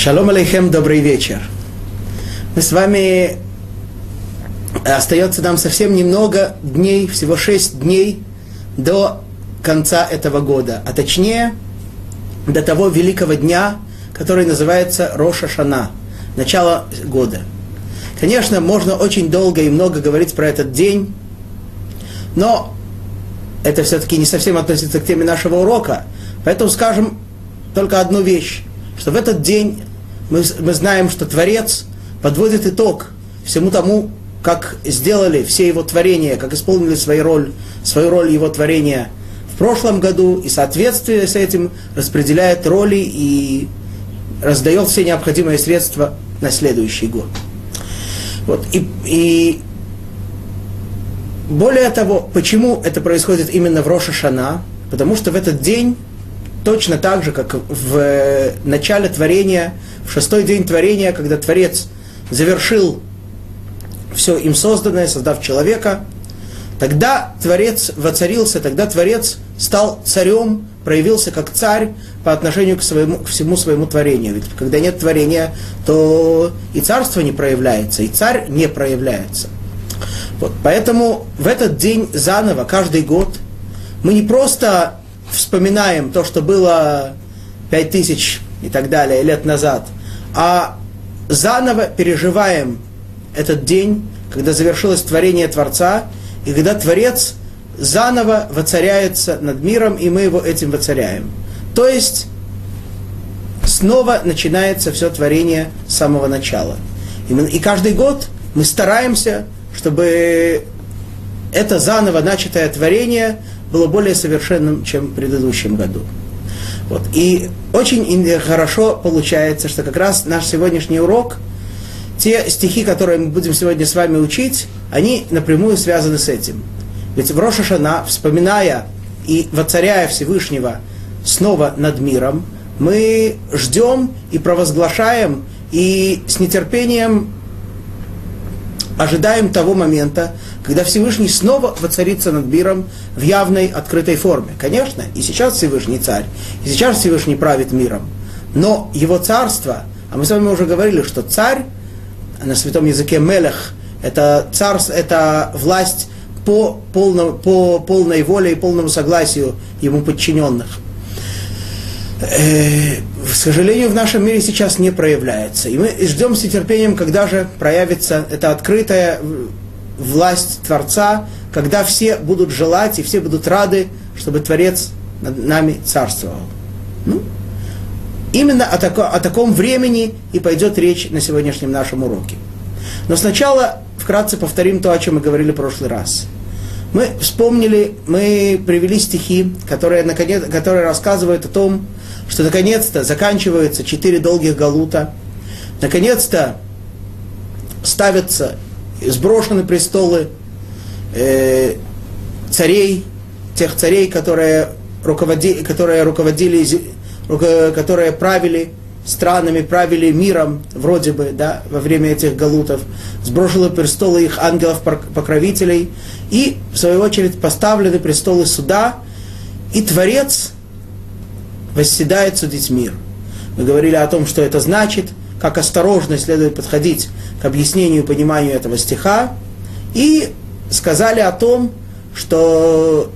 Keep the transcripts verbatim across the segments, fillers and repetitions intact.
Шалом алейхем, добрый вечер. Мы с вами, остается нам совсем немного дней, всего шесть дней до конца этого года, а точнее до того великого дня, который называется Рош ха-Шана, начало года. Конечно, можно очень долго и много говорить про этот день, но это все-таки не совсем относится к теме нашего урока, поэтому скажем только одну вещь, что в этот день мы, мы знаем, что Творец подводит итог всему тому, как сделали все его творения, как исполнили свою роль, свою роль его творения в прошлом году, и в соответствии с этим распределяет роли и раздает все необходимые средства на следующий год. Вот. И, и более того, почему это происходит именно в Рош ха-Шана? Потому что в этот день, точно так же, как в начале творения, в шестой день творения, когда Творец завершил все им созданное, создав человека, тогда Творец воцарился, тогда Творец стал царем, проявился как царь по отношению к, своему, к всему своему творению. Ведь когда нет творения, то и царство не проявляется, и царь не проявляется. Вот. Поэтому в этот день заново, каждый год, мы не просто вспоминаем то, что было пять тысяч и так далее лет назад, а заново переживаем этот день, когда завершилось творение Творца, и когда Творец заново воцаряется над миром, и мы его этим воцаряем. То есть снова начинается все творение с самого начала. И, мы, и каждый год мы стараемся, чтобы это заново начатое творение было более совершенным, чем в предыдущем году. Вот. И очень хорошо получается, что как раз наш сегодняшний урок, те стихи, которые мы будем сегодня с вами учить, они напрямую связаны с этим. Ведь в Рош ха-Шана, вспоминая и воцаряя Всевышнего снова над миром, мы ждем и провозглашаем, и с нетерпением ожидаем того момента, когда Всевышний снова воцарится над миром в явной, открытой форме. Конечно, и сейчас Всевышний царь, и сейчас Всевышний правит миром. Но его царство, а мы с вами уже говорили, что царь, на святом языке мелех, это царство, это власть по, полно, по полной воле и полному согласию ему подчиненных. К сожалению, в нашем мире сейчас не проявляется. И мы ждем с нетерпением, когда же проявится эта открытая власть Творца, когда все будут желать и все будут рады, чтобы Творец над нами царствовал. Ну, именно о, тако, о таком времени и пойдет речь на сегодняшнем нашем уроке. Но сначала вкратце повторим то, о чем мы говорили в прошлый раз. Мы вспомнили, мы привели стихи, которые, наконец, которые рассказывают о том, что наконец-то заканчиваются четыре долгих галута, наконец-то ставятся, сброшены престолы э, царей, тех царей, которые руководили, которые руководили, которые правили странами, правили миром, вроде бы, да, во время этих галутов, сброшены престолы их ангелов-покровителей, и, в свою очередь, поставлены престолы суда, и Творец восседает судить мир. Мы говорили о том, что это значит, как осторожно следует подходить к объяснению и пониманию этого стиха, и сказали о том, что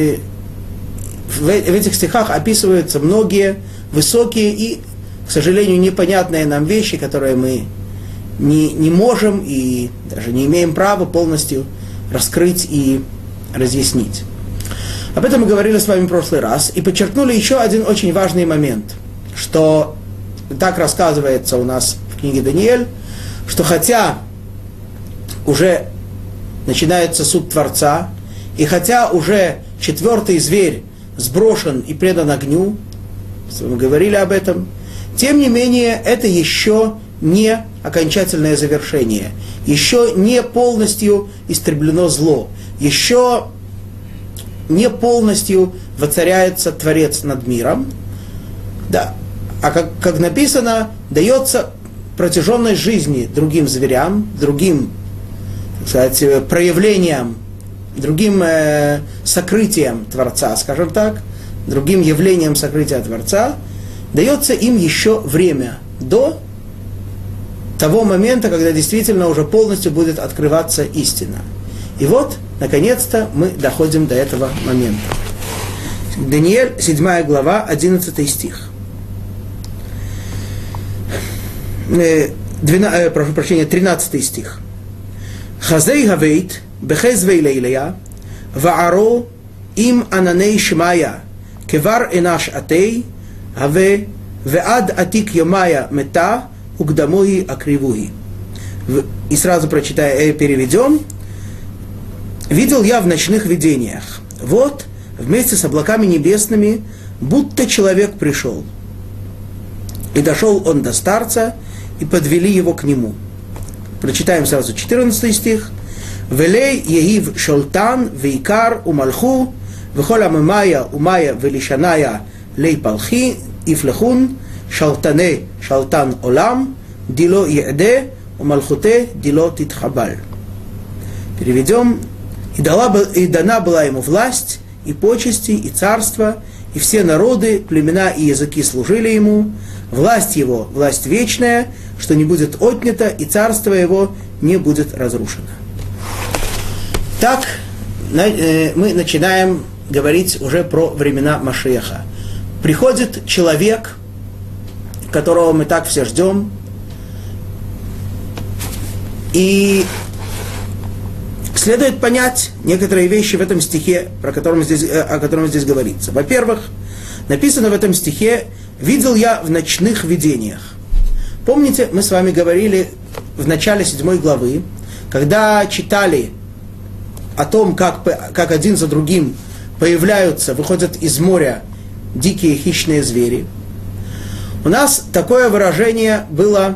в этих стихах описываются многие высокие и, к сожалению, непонятные нам вещи, которые мы не, не можем и даже не имеем права полностью раскрыть и разъяснить. Об этом мы говорили с вами в прошлый раз и подчеркнули еще один очень важный момент, что так рассказывается у нас в книге Даниэль, что хотя уже начинается суд Творца, и хотя уже четвертый зверь сброшен и предан огню, мы говорили об этом, тем не менее это еще не окончательное завершение, еще не полностью истреблено зло, еще не полностью воцаряется Творец над миром, да. А как, как написано, дается протяженность жизни другим зверям, другим, так сказать, проявлениям, другим э, сокрытиям Творца, скажем так, другим явлениям сокрытия Творца, дается им еще время до того момента, когда действительно уже полностью будет открываться истина. И вот, наконец-то, мы доходим до этого момента. Даниэль, седьмая глава, одиннадцатый стих. Двена, э, прошу прощения, тринадцатый стих. Хазей гавейт бехезвей лейлея вааро им ананей шмая кевар энаш атей гаве веад атик йомая мета угдамуи акривуи. И сразу прочитая, э, переведем. Видел я в ночных видениях. Вот, вместе с облаками небесными, будто человек пришел. И дошел он до старца, и подвели его к нему. Прочитаем сразу четырнадцатый стих. «Велей егив шолтан вейкар умалху, вехола мемая умая велишаная лей палхи, ифлехун, шалтане шалтан олам, дило еде, умалхуте дило титхабаль». Переведем. «И, дала, и дана была ему власть, и почести, и царство, и все народы, племена и языки служили ему. Власть его, власть вечная, что не будет отнята, и царство его не будет разрушено». Так мы начинаем говорить уже про времена Машиаха. Приходит человек, которого мы так все ждем, и следует понять некоторые вещи в этом стихе, про котором здесь, о котором здесь говорится. Во-первых, написано в этом стихе «Видел я в ночных видениях». Помните, мы с вами говорили в начале седьмой главы, когда читали о том, как, как один за другим появляются, выходят из моря дикие хищные звери. У нас такое выражение было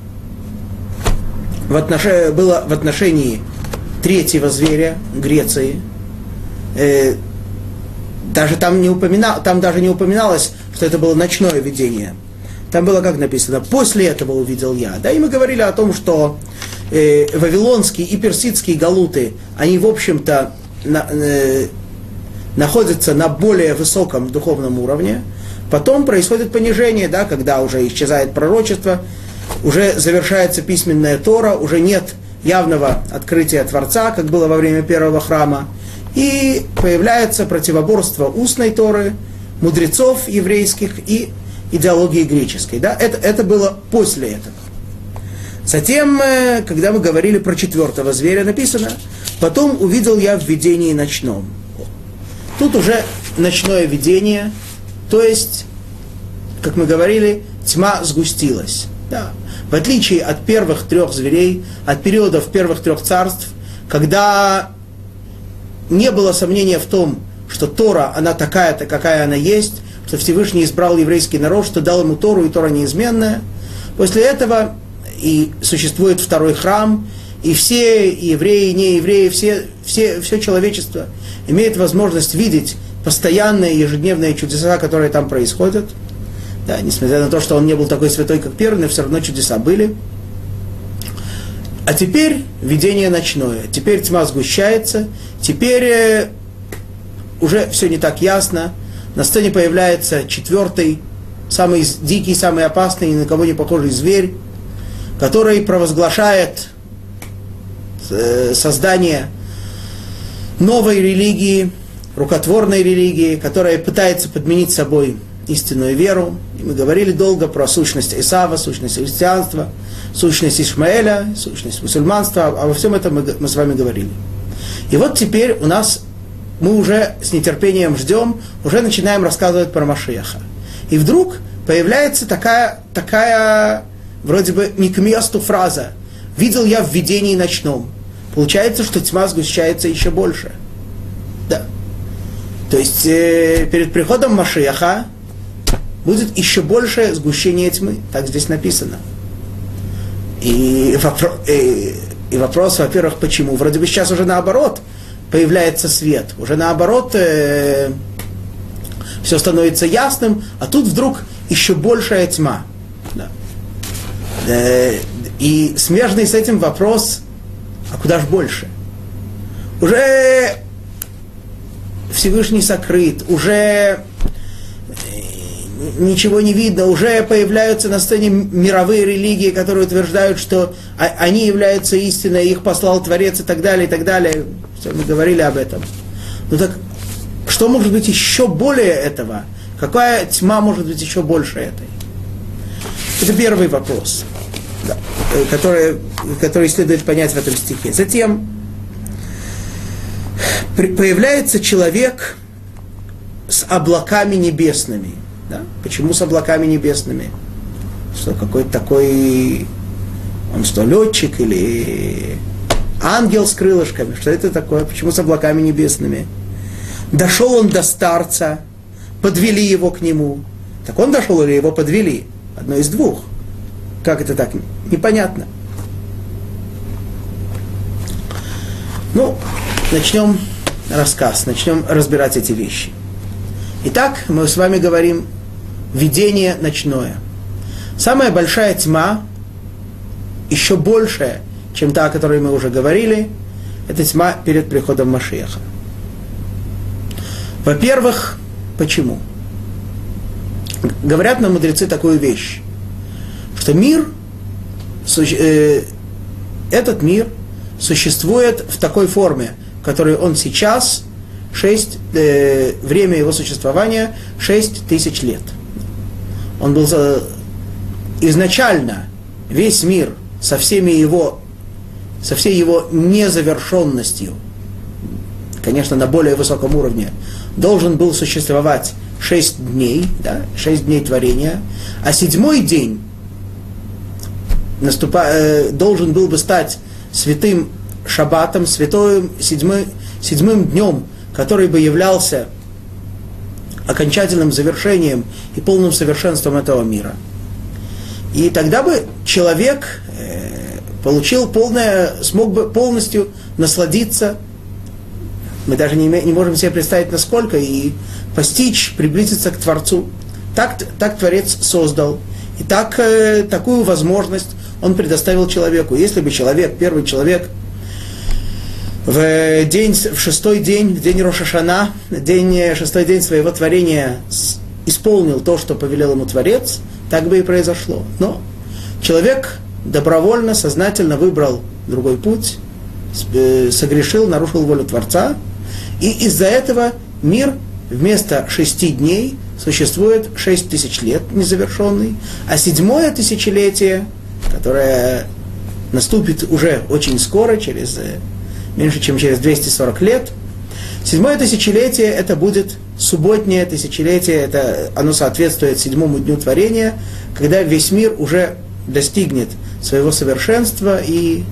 в отношении, было в отношении третьего зверя, Греции. Э, даже там, не упоминал, там даже не упоминалось, что это было ночное видение. Там было как написано: «После этого увидел я». Да, и мы говорили о том, что э, вавилонские и персидские галуты, они, в общем-то, на, э, находятся на более высоком духовном уровне. Потом происходит понижение, да, когда уже исчезает пророчество, уже завершается письменная Тора, уже нет явного открытия Творца, как было во время первого храма, и появляется противоборство устной Торы, мудрецов еврейских и идеологии греческой. Да? Это, это было после этого. Затем, когда мы говорили про четвертого зверя, написано: «Потом увидел я в видении ночном». Тут уже ночное видение, то есть, как мы говорили, тьма сгустилась. Да. В отличие от первых трех зверей, от периодов первых трех царств, когда не было сомнения в том, что Тора, она такая-то, какая она есть, что Всевышний избрал еврейский народ, что дал ему Тору, и Тора неизменная. После этого и существует второй храм, и все и евреи, и неевреи, все, все, все человечество имеет возможность видеть постоянные ежедневные чудеса, которые там происходят. Да, несмотря на то, что он не был такой святой, как первый, но все равно чудеса были. А теперь видение ночное. Теперь тьма сгущается. Теперь э, уже все не так ясно. На сцене появляется четвертый, самый дикий, самый опасный, ни на кого не похожий зверь, который провозглашает э, создание новой религии, рукотворной религии, которая пытается подменить собой истинную веру. И мы говорили долго про сущность Исава, сущность христианства, сущность Ишмаэля, сущность мусульманства. Обо всем этом мы, мы с вами говорили. И вот теперь у нас, мы уже с нетерпением ждем, уже начинаем рассказывать про Машиаха. И вдруг появляется такая, такая вроде бы не к месту фраза: «Видел я в видении ночном». Получается, что тьма сгущается еще больше. Да. То есть э, перед приходом Машиаха будет еще большее сгущение тьмы. Так здесь написано. И, вопро- и, и вопрос, во-первых, почему? Вроде бы сейчас уже наоборот появляется свет. Уже наоборот э, все становится ясным, а тут вдруг еще большая тьма. Да. Э, и смежный с этим вопрос: а куда ж больше? Уже Всевышний сокрыт, уже ничего не видно, уже появляются на сцене мировые религии, которые утверждают, что они являются истиной, их послал Творец и так далее, и так далее. Все, мы говорили об этом. Ну так, что может быть еще более этого? Какая тьма может быть еще больше этой? Это первый вопрос, да, который, который следует понять в этом стихе. Затем появляется человек с облаками небесными. Да? Почему с облаками небесными? Что, какой-то такой, он что, летчик или ангел с крылышками? Что это такое? Почему с облаками небесными? Дошел он до старца, подвели его к нему. Так он дошел или его подвели? Одно из двух. Как это так? Непонятно. Ну, начнем рассказ, начнем разбирать эти вещи. Итак, мы с вами говорим видение ночное. Самая большая тьма, еще большая, чем та, о которой мы уже говорили, это тьма перед приходом Машиаха. Во-первых, почему? Говорят нам мудрецы такую вещь, что мир, этот мир существует в такой форме, в которой он сейчас, шесть, э, время его существования шесть тысяч лет. Он был изначально весь мир со всеми его, со всей его незавершенностью, конечно, на более высоком уровне, должен был существовать шесть дней, да, шесть дней творения, а седьмой день наступа, э, должен был бы стать святым шаббатом, святым седьмым, седьмым днем, который бы являлся окончательным завершением и полным совершенством этого мира. И тогда бы человек э, получил полное, смог бы полностью насладиться, мы даже не, не можем себе представить насколько, и постичь, приблизиться к Творцу. Так, так Творец создал. И так, э, такую возможность он предоставил человеку. Если бы человек, первый человек, в, день, в шестой день, в день Рош ха-Шана, день, шестой день своего творения исполнил то, что повелел ему Творец, так бы и произошло. Но человек добровольно, сознательно выбрал другой путь, согрешил, нарушил волю Творца, и из-за этого мир вместо шести дней существует шесть тысяч лет незавершенный, а седьмое тысячелетие, которое наступит уже очень скоро, через меньше, чем через двести сорок лет. Седьмое тысячелетие это будет субботнее тысячелетие, это, оно соответствует седьмому дню творения, когда весь мир уже достигнет своего совершенства, и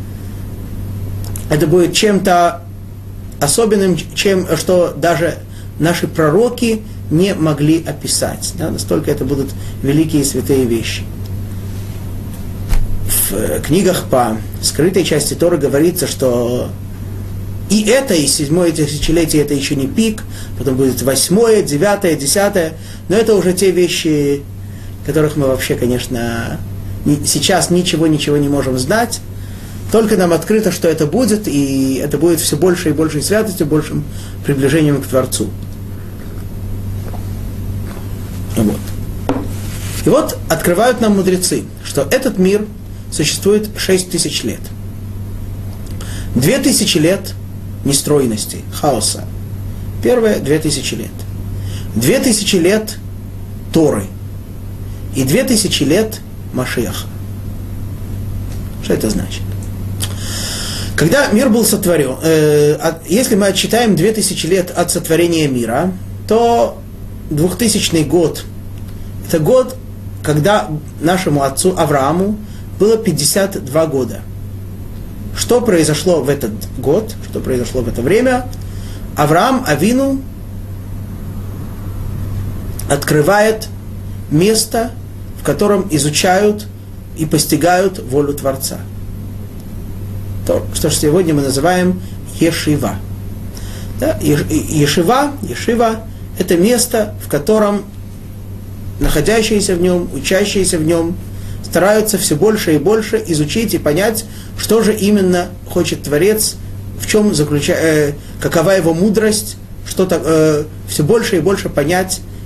это будет чем-то особенным, чем, что даже наши пророки не могли описать. Да? Настолько это будут великие и святые вещи. В книгах по скрытой части Торы говорится, что и это, и седьмое тысячелетие, это еще не пик, потом будет восьмое, девятое, десятое, но это уже те вещи, которых мы вообще, конечно, сейчас ничего-ничего не можем знать. Только нам открыто, что это будет, и это будет все больше и большей святостью, большим приближением к Творцу. Вот. И вот открывают нам мудрецы, что этот мир существует шесть тысяч лет. Две тысячи лет нестройности, хаоса. Первое – две тысячи лет. Две тысячи лет Торы. И две тысячи лет Машиаха. Что это значит? Когда мир был сотворен, э, от, если мы отсчитаем две тысячи лет от сотворения мира, то двухтысячный год – это год, когда нашему отцу Аврааму было пятьдесят два года. Что произошло в этот год, что произошло в это время? Авраам Авину открывает место, в котором изучают и постигают волю Творца. То, что сегодня мы называем ешива. Да? Ешива, ешива – это место, в котором находящиеся в нем, учащиеся в нем стараются все больше и больше изучить и понять, что же именно хочет Творец, в чем заключается, э, какова его мудрость, что-то э, все больше и больше понять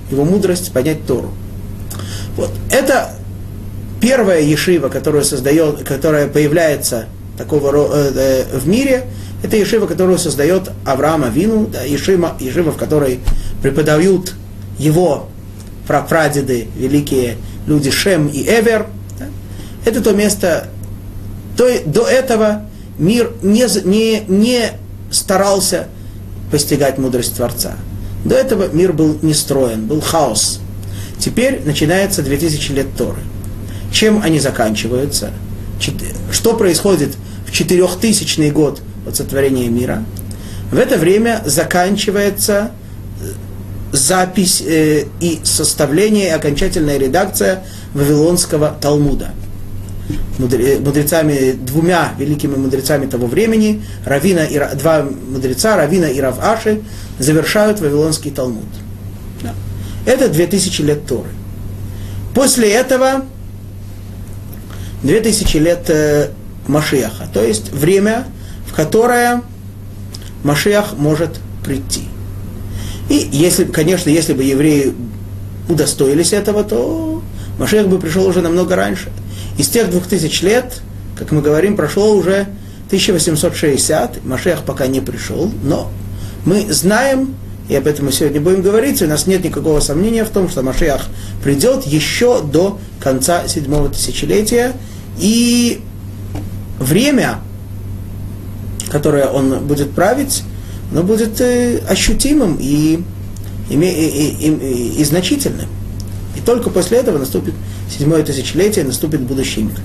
его мудрость понять Тору. Вот. Это первая ешива, которая создает, которая появляется такого э, э, в мире, это ешива, которую создает Авраам Авину, да, ешива, ешива, в которой преподают его прапрадеды, великие люди Шем и Эвер. Да. Это то место, то, до этого мир не, не, не старался постигать мудрость Творца. До этого мир был не строен, был хаос. Теперь начинается две тысячи лет Торы. Чем они заканчиваются? Что происходит в четырехтысячный год от сотворения мира? В это время заканчивается запись э, и составление, и окончательная редакция Вавилонского Талмуда. Мудрецами, двумя великими мудрецами того времени, Равина и, два мудреца, Равина и Рав Аши, завершают Вавилонский Талмуд. Да. Это две тысячи лет Торы. После этого две тысячи лет э, Машиаха, то есть время, в которое Машиах может прийти. И, если, конечно, если бы евреи удостоились этого, то Машиах бы пришел уже намного раньше. Из тех двух тысяч лет, как мы говорим, прошло уже тысяча восемьсот шестьдесят, Машиах пока не пришел, но мы знаем, и об этом мы сегодня будем говорить, и у нас нет никакого сомнения в том, что Машиах придет еще до конца седьмого тысячелетия, и время, которое он будет править, оно будет э, ощутимым и, и, и, и, и, и значительным. И только после этого наступит седьмое тысячелетие, наступит будущий мир.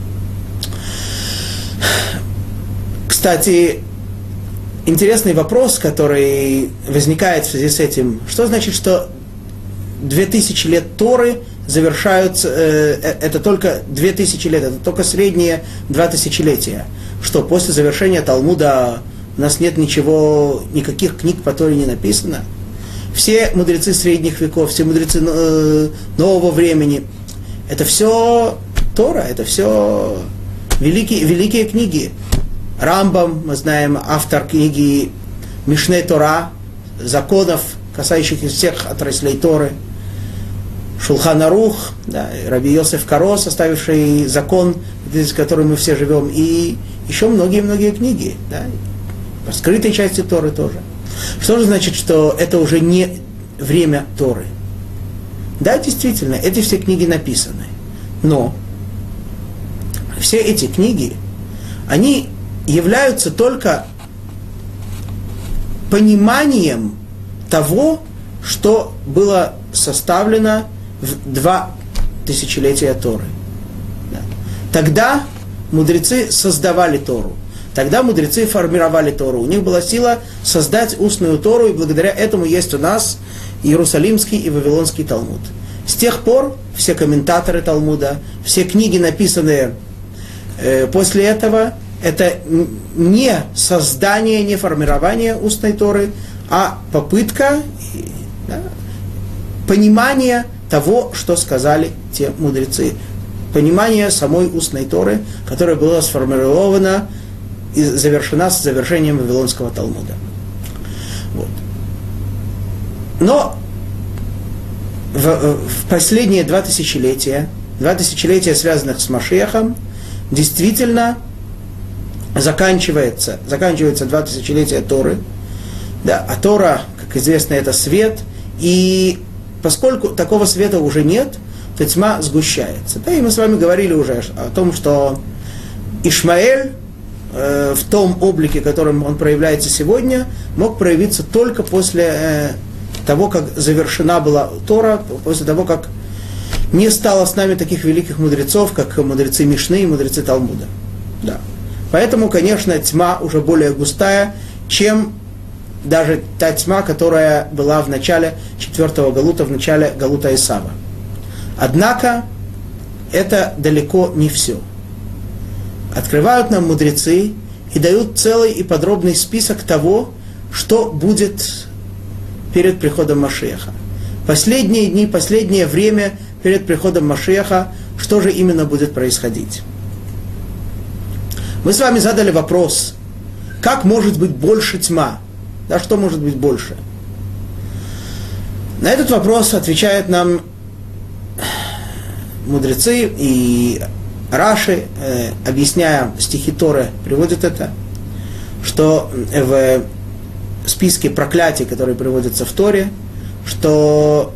Кстати, интересный вопрос, который возникает в связи с этим. Что значит, что две тысячи лет Торы завершаются, э, это только две тысячи лет, это только средние два тысячелетия? Что после завершения Талмуда у нас нет ничего, никаких книг по Торе не написано? Все мудрецы средних веков, все мудрецы э, нового времени, это все Тора, это все великие, великие книги. Рамбам, мы знаем, автор книги Мишне Тора, законов, касающихся всех отраслей Торы. Шулхан Арух, да, Раби Йосеф Каро, составивший закон, с которым мы все живем, и еще многие-многие книги, да, по скрытой части Торы тоже. Что же значит, что это уже не время Торы? Да, действительно, эти все книги написаны, но все эти книги, они являются только пониманием того, что было составлено в два тысячелетия Торы. Да. Тогда мудрецы создавали Тору. Тогда мудрецы формировали Тору. У них была сила создать устную Тору, и благодаря этому есть у нас Иерусалимский и Вавилонский Талмуд. С тех пор все комментаторы Талмуда, все книги, написанные э, после этого, это не создание, не формирование устной Торы, а попытка, да, понимания того, что сказали те мудрецы. Понимание самой устной Торы, которая была сформирована и завершена с завершением Вавилонского Талмуда. Вот. Но в, в последние два тысячелетия, два тысячелетия, связанных с Машиахом, действительно заканчивается, заканчивается два тысячелетия Торы. Да, а Тора, как известно, это свет, и поскольку такого света уже нет, то тьма сгущается. Да, и мы с вами говорили уже о том, что Ишмаэль э, в том облике, которым он проявляется сегодня, мог проявиться только после э, того, как завершена была Тора, после того, как не стало с нами таких великих мудрецов, как мудрецы Мишны и мудрецы Талмуда. Да. Поэтому, конечно, тьма уже более густая, чем даже та тьма, которая была в начале четвертого галута, в начале галута Исава. Однако, это далеко не все. Открывают нам мудрецы и дают целый и подробный список того, что будет перед приходом Машиаха. Последние дни, последнее время перед приходом Машиаха, что же именно будет происходить? Мы с вами задали вопрос, как может быть больше тьма? Да, что может быть больше? На этот вопрос отвечают нам мудрецы, и Раши, э, объясняя стихи Торы, приводит это, что в списке проклятий, которые приводятся в Торе, что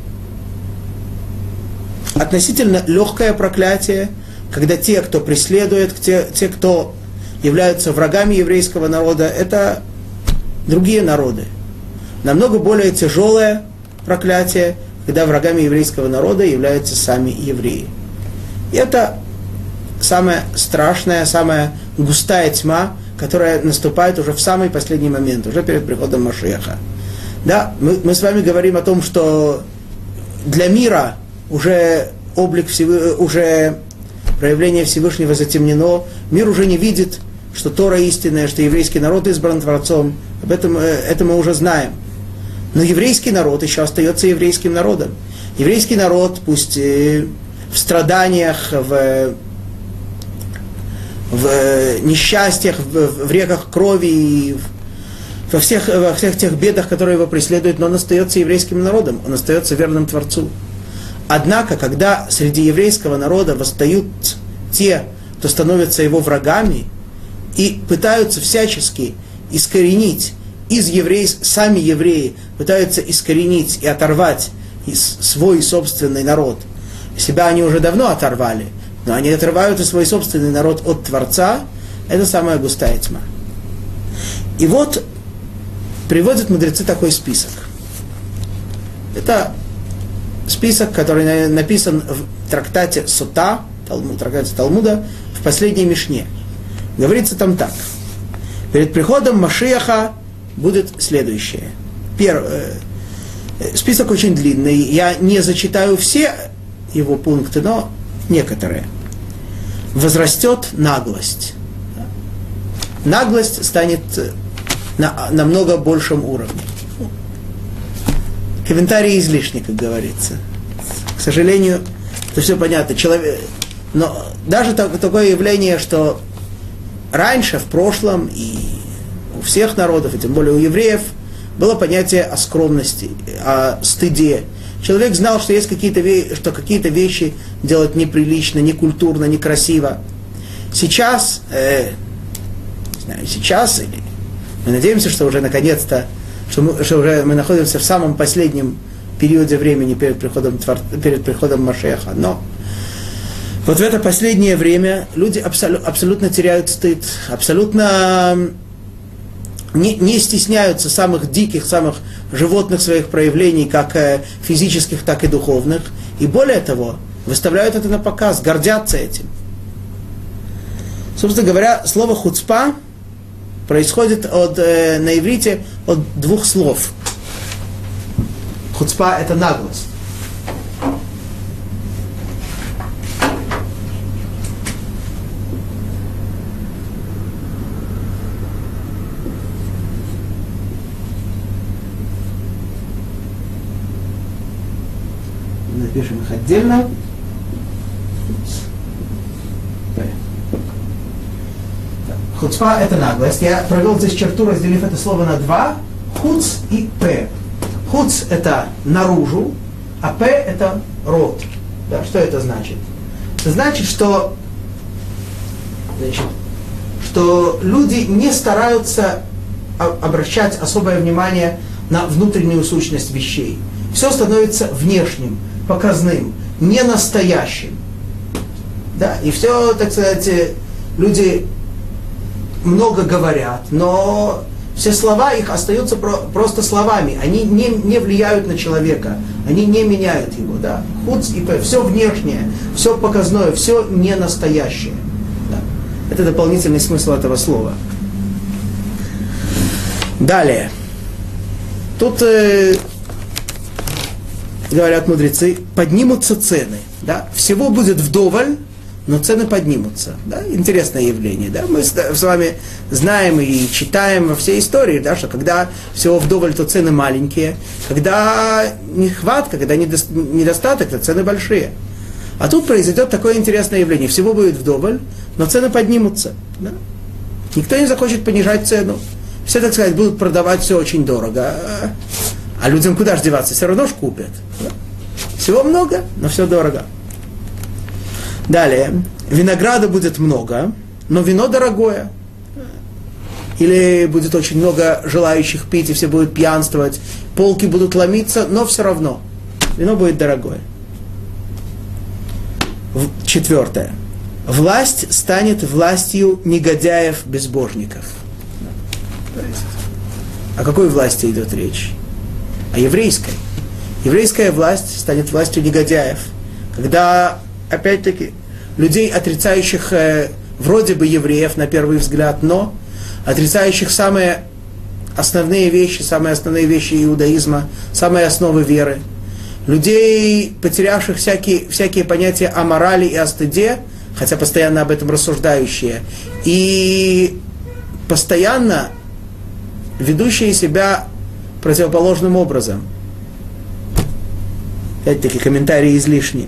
относительно легкое проклятие, когда те, кто преследует, те, те, кто являются врагами еврейского народа, это другие народы. Намного более тяжелое проклятие, когда врагами еврейского народа являются сами евреи. И это самая страшная, самая густая тьма, которая наступает уже в самый последний момент, уже перед приходом Машиаха. Да, мы, мы с вами говорим о том, что для мира уже облик Всевышнего, уже проявление Всевышнего затемнено, мир уже не видит, что Тора истинная, что еврейский народ избран Творцом. Об этом это мы уже знаем. Но еврейский народ еще остается еврейским народом. Еврейский народ, пусть в страданиях, в, в несчастьях, в, в реках крови, и во всех, во всех тех бедах, которые его преследуют, но он остается еврейским народом, он остается верным Творцу. Однако, когда среди еврейского народа восстают те, кто становятся его врагами, и пытаются всячески искоренить из евреев, сами евреи пытаются искоренить и оторвать свой собственный народ. Себя они уже давно оторвали, но они отрывают и свой собственный народ от Творца. Это самая густая тьма. И вот приводят мудрецы такой список. Это список, который написан в трактате Сота, в трактате Талмуда, в последней Мишне. Говорится там так. Перед приходом Машиаха будет следующее. Первый, э, список очень длинный. Я не зачитаю все его пункты, но некоторые. Возрастет наглость. Наглость станет на намного большем уровне. Комментарии излишни, как говорится. К сожалению, это все понятно. Человек, но даже так, такое явление, что раньше, в прошлом, и у всех народов, и тем более у евреев, было понятие о скромности, о стыде. Человек знал, что есть какие-то вещи, что какие-то вещи делать неприлично, некультурно, некрасиво. Сейчас, э, не знаю, сейчас, или мы надеемся, что уже наконец-то, что мы, что уже мы находимся в самом последнем периоде времени перед приходом, перед приходом Машиаха. Но вот в это последнее время люди абсолю, абсолютно теряют стыд, абсолютно не, не стесняются самых диких, самых животных своих проявлений, как физических, так и духовных. И более того, выставляют это на показ, гордятся этим. Собственно говоря, слово хуцпа происходит от, э, на иврите от двух слов. Хуцпа – это наглость. Напишем их отдельно. Хуцпа – это наглость. Я провел здесь черту, разделив это слово на два. Хуц и п. Хуц – это наружу, а п – это рот. Да, что это значит? Это значит, что, значит, что люди не стараются обращать особое внимание на внутреннюю сущность вещей. Все становится внешним, показным, не настоящим. Да, и все, так сказать, люди много говорят, но все слова их остаются про, просто словами. Они не, не влияют на человека, они не меняют его. Да? Хуц и п, все внешнее, все показное, все не настоящее. Да? Это дополнительный смысл этого слова. Далее. Тут э, говорят мудрецы, поднимутся цены. Да? Всего будет вдоволь, но цены поднимутся. Да? Интересное явление. Да? Мы с, с вами знаем и читаем во всей истории, да, что когда всего вдоволь, то цены маленькие. Когда нехватка, когда недо, недостаток, то цены большие. А тут произойдет такое интересное явление. Всего будет вдоволь, но цены поднимутся. Да? Никто не захочет понижать цену. Все, так сказать, будут продавать все очень дорого. А людям куда же деваться? Все равно ж купят. Всего много, но все дорого. Далее. Винограда будет много, но вино дорогое. Или будет очень много желающих пить, и все будут пьянствовать. Полки будут ломиться, но все равно. Вино будет дорогое. Четвертое. Власть станет властью негодяев-безбожников. О какой власти идет речь? О еврейской. Еврейская власть станет властью негодяев. Когда, опять-таки, людей, отрицающих э, вроде бы евреев на первый взгляд, но отрицающих самые основные вещи, самые основные вещи иудаизма, самые основы веры, людей, потерявших всякие, всякие понятия о морали и о стыде, хотя постоянно об этом рассуждающие, и постоянно ведущие себя противоположным образом. Опять-таки, комментарии излишни.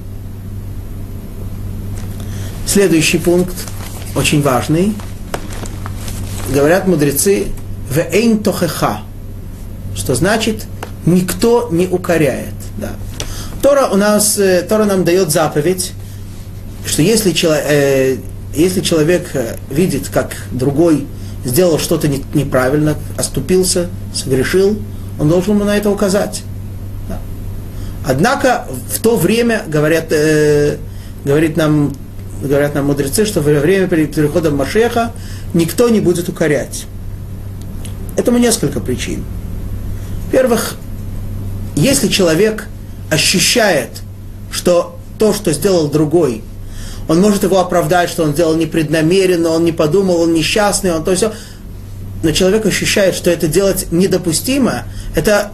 Следующий пункт, очень важный. Говорят мудрецы, «Вэйн тохеха», что значит «никто не укоряет». Да. Тора, у нас, Тора нам дает заповедь, что если, э, если человек видит, как другой сделал что-то не, неправильно, оступился, согрешил, он должен ему на это указать. Да. Однако в то время, говорят, э, говорит нам, говорят нам мудрецы, что во время перед переходом Машеха никто не будет укорять. Этому несколько причин. Во-первых, если человек ощущает, что то, что сделал другой, он может его оправдать, что он сделал непреднамеренно, он не подумал, он несчастный, он то все. Но человек ощущает, что это делать недопустимо, это,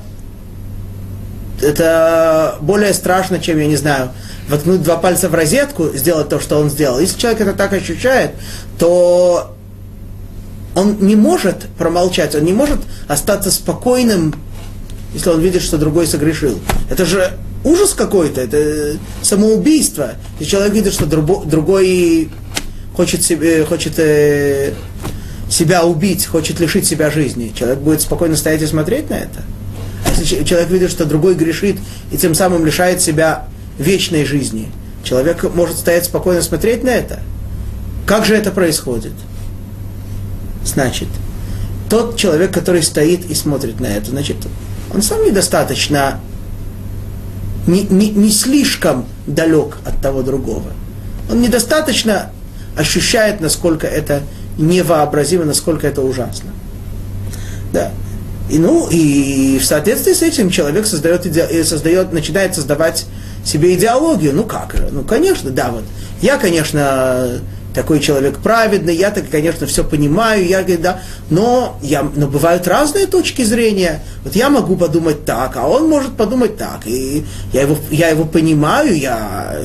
это более страшно, чем, я не знаю, воткнуть два пальца в розетку, сделать то, что он сделал. Если человек это так ощущает, то он не может промолчать, он не может остаться спокойным, если он видит, что другой согрешил. Это же ужас какой-то, это самоубийство. Если человек видит, что другой хочет, себе, хочет э, себя убить, хочет лишить себя жизни, человек будет спокойно стоять и смотреть на это. А если человек видит, что другой грешит и тем самым лишает себя вечной жизни, человек может стоять спокойно и смотреть на это. Как же это происходит? Значит, тот человек, который стоит и смотрит на это, значит, он сам недостаточно, не, не, не слишком далек от того другого. Он недостаточно ощущает, насколько это невообразимо, насколько это ужасно. Да. И, ну, и в соответствии с этим человек создает, иде, создает, начинает создавать себе идеологию. Ну как же? Ну, конечно, да, вот. Я, конечно, такой человек праведный, я так, конечно, все понимаю, я, да, но, я, но бывают разные точки зрения. Вот я могу подумать так, а он может подумать так. И я его, я его понимаю, я...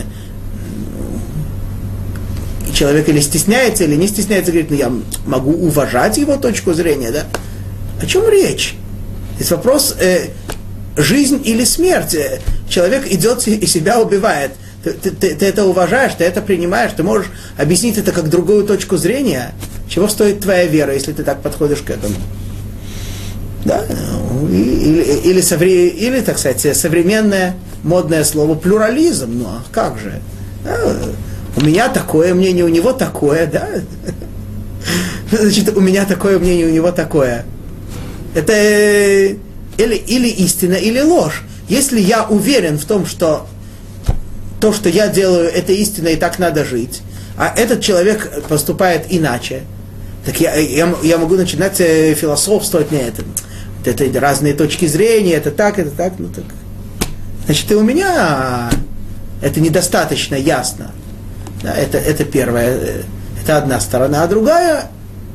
И человек или стесняется, или не стесняется, говорит, ну я могу уважать его точку зрения, да? О чем речь? Здесь вопрос, э, жизнь или смерть. Человек идет и себя убивает. Ты, ты, ты, ты это уважаешь, ты это принимаешь, ты можешь объяснить это как другую точку зрения. Чего стоит твоя вера, если ты так подходишь к этому? Да? Или, или, совре, или, так сказать, современное модное слово плюрализм. Ну а как же? Да? У меня такое мнение, у него такое, да? Значит, у меня такое мнение, у него такое. Это или, или истина, или ложь. Если я уверен в том, что то, что я делаю, это истина, и так надо жить, а этот человек поступает иначе, так я, я, я могу начинать философствовать на этом. Это разные точки зрения, это так, это так, ну так. Значит, и у меня это недостаточно ясно. Да, это, это первое, это одна сторона, а другая,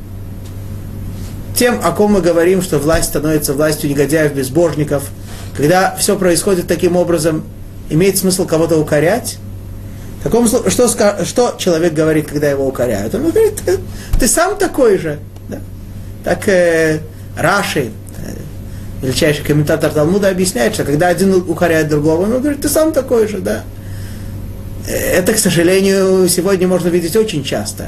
тем, о ком мы говорим, что власть становится властью негодяев, безбожников, когда все происходит таким образом, имеет смысл кого-то укорять? Таком, что, что человек говорит, когда его укоряют? Он говорит, ты, ты сам такой же. Да? Так э, Раши, э, величайший комментатор Талмуда, объясняет, что когда один укоряет другого, он говорит, ты сам такой же. Да? Это, к сожалению, сегодня можно видеть очень часто.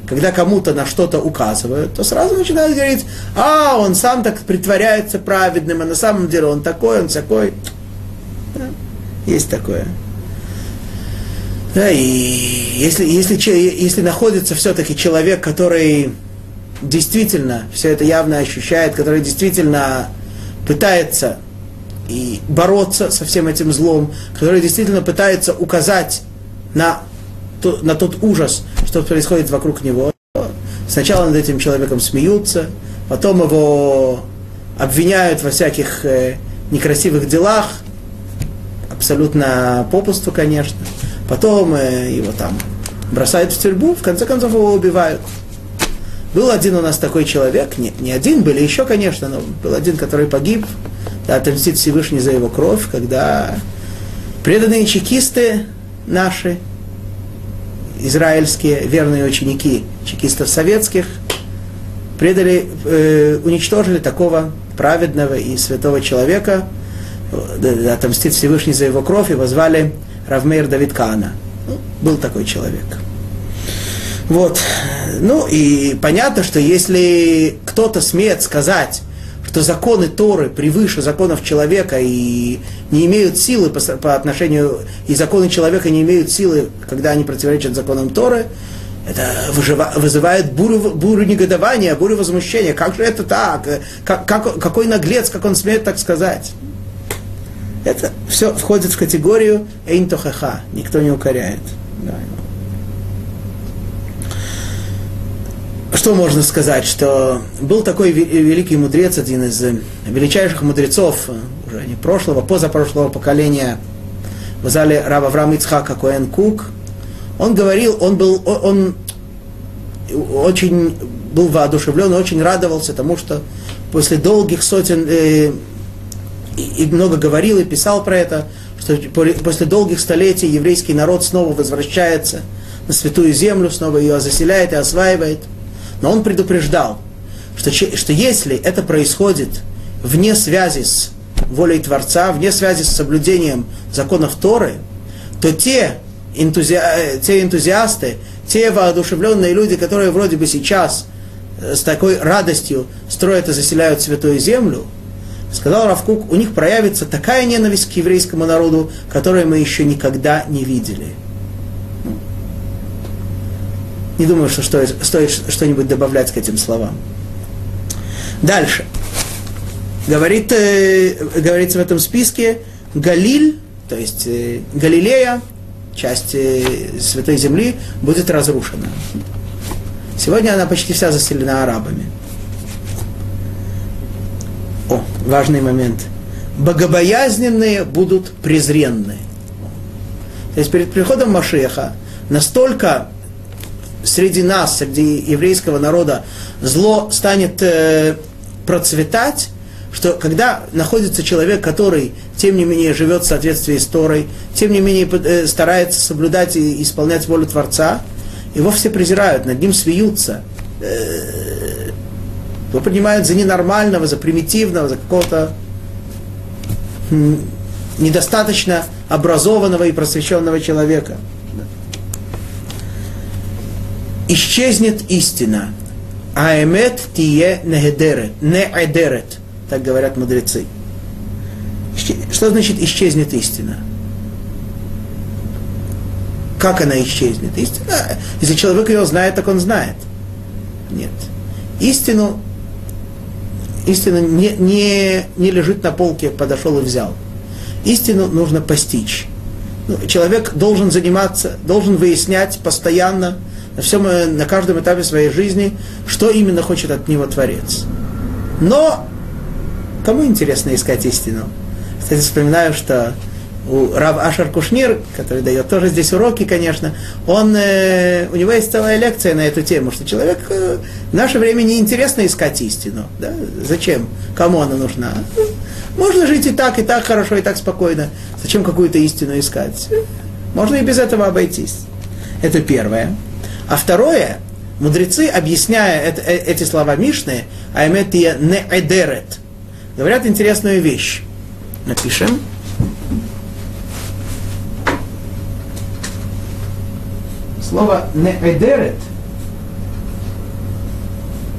когда кому-то на что-то указывают, то сразу начинают говорить, а, он сам так притворяется праведным, а на самом деле он такой, он всякой. Да, есть такое. Да, и если, если, если находится все-таки человек, который действительно все это явно ощущает, который действительно пытается и бороться со всем этим злом, который действительно пытается указать на, то, на тот ужас, что происходит вокруг него. Сначала над этим человеком смеются, потом его обвиняют во всяких э, некрасивых делах, абсолютно попусту, конечно. Потом э, его там бросают в тюрьму, в конце концов его убивают. Был один у нас такой человек, не, не один, были еще, конечно, но был один, который погиб, да, отомстит Всевышний за его кровь, когда преданные чекисты наши, израильские верные ученики чекистов советских, предали, э, уничтожили такого праведного и святого человека, да, отомстит Всевышний за его кровь, его звали Рав Меир Давид Каана. Ну, был такой человек. Вот. Ну и понятно, что если кто-то смеет сказать, что законы Торы превыше законов человека и не имеют силы по, по отношению, и законы человека не имеют силы, когда они противоречат законам Торы, это выжива, вызывает бурю, бурю негодования, бурю возмущения. Как же это так? Как, как, какой наглец, как он смеет так сказать? Это все входит в категорию «эйн тохеха», никто не укоряет. Да. Что можно сказать, что был такой великий мудрец, один из величайших мудрецов, уже не прошлого, позапрошлого поколения, в зале Рав Авраам Ицхак Коэн Кук. Он говорил, он был, он очень был воодушевлен, очень радовался тому, что после долгих сотен, э, и много говорил и писал про это, что после долгих столетий еврейский народ снова возвращается на святую землю, снова ее заселяет и осваивает. Но он предупреждал, что, что если это происходит вне связи с волей Творца, вне связи с соблюдением законов Торы, то те, энтузи... те энтузиасты, те воодушевленные люди, которые вроде бы сейчас с такой радостью строят и заселяют святую землю, сказал Рав Кук, у них проявится такая ненависть к еврейскому народу, которую мы еще никогда не видели. Не думаю, что стоит, стоит что-нибудь добавлять к этим словам. Дальше. Говорит, э, говорится в этом списке Галиль, то есть э, Галилея, часть э, Святой Земли, будет разрушена. Сегодня она почти вся заселена арабами. О, важный момент. Богобоязненные будут презренны. То есть перед приходом Машиаха настолько среди нас, среди еврейского народа, зло станет э, процветать, что когда находится человек, который, тем не менее, живет в соответствии с Торой, тем не менее, э, старается соблюдать и исполнять волю Творца, его все презирают, над ним смеются, э, его принимают за ненормального, за примитивного, за какого-то м, недостаточно образованного и просвещенного человека. Исчезнет истина. Аэмет тие неэдерет. Неэдерет. Так говорят мудрецы. Что значит исчезнет истина? Как она исчезнет? Истина, если человек ее знает, так он знает. Нет. Истину, истина не, не, не лежит на полке, подошел и взял. Истину нужно постичь. Человек должен заниматься, должен выяснять постоянно, на, всем, на каждом этапе своей жизни, что именно хочет от него Творец. Но кому интересно искать истину? Кстати, вспоминаю, что у Рав Ашер Кушнир, который дает тоже здесь уроки, конечно, он, э, у него есть целая лекция на эту тему, что человек э, в наше время не интересно искать истину. Да? Зачем? Кому она нужна? Можно жить и так, и так хорошо, и так спокойно. Зачем какую-то истину искать? Можно и без этого обойтись. Это первое. А второе, мудрецы, объясняя это, э, эти слова Мишны, «Аэмет тие неэдерет», говорят интересную вещь. Напишем. Слово «неэдерет»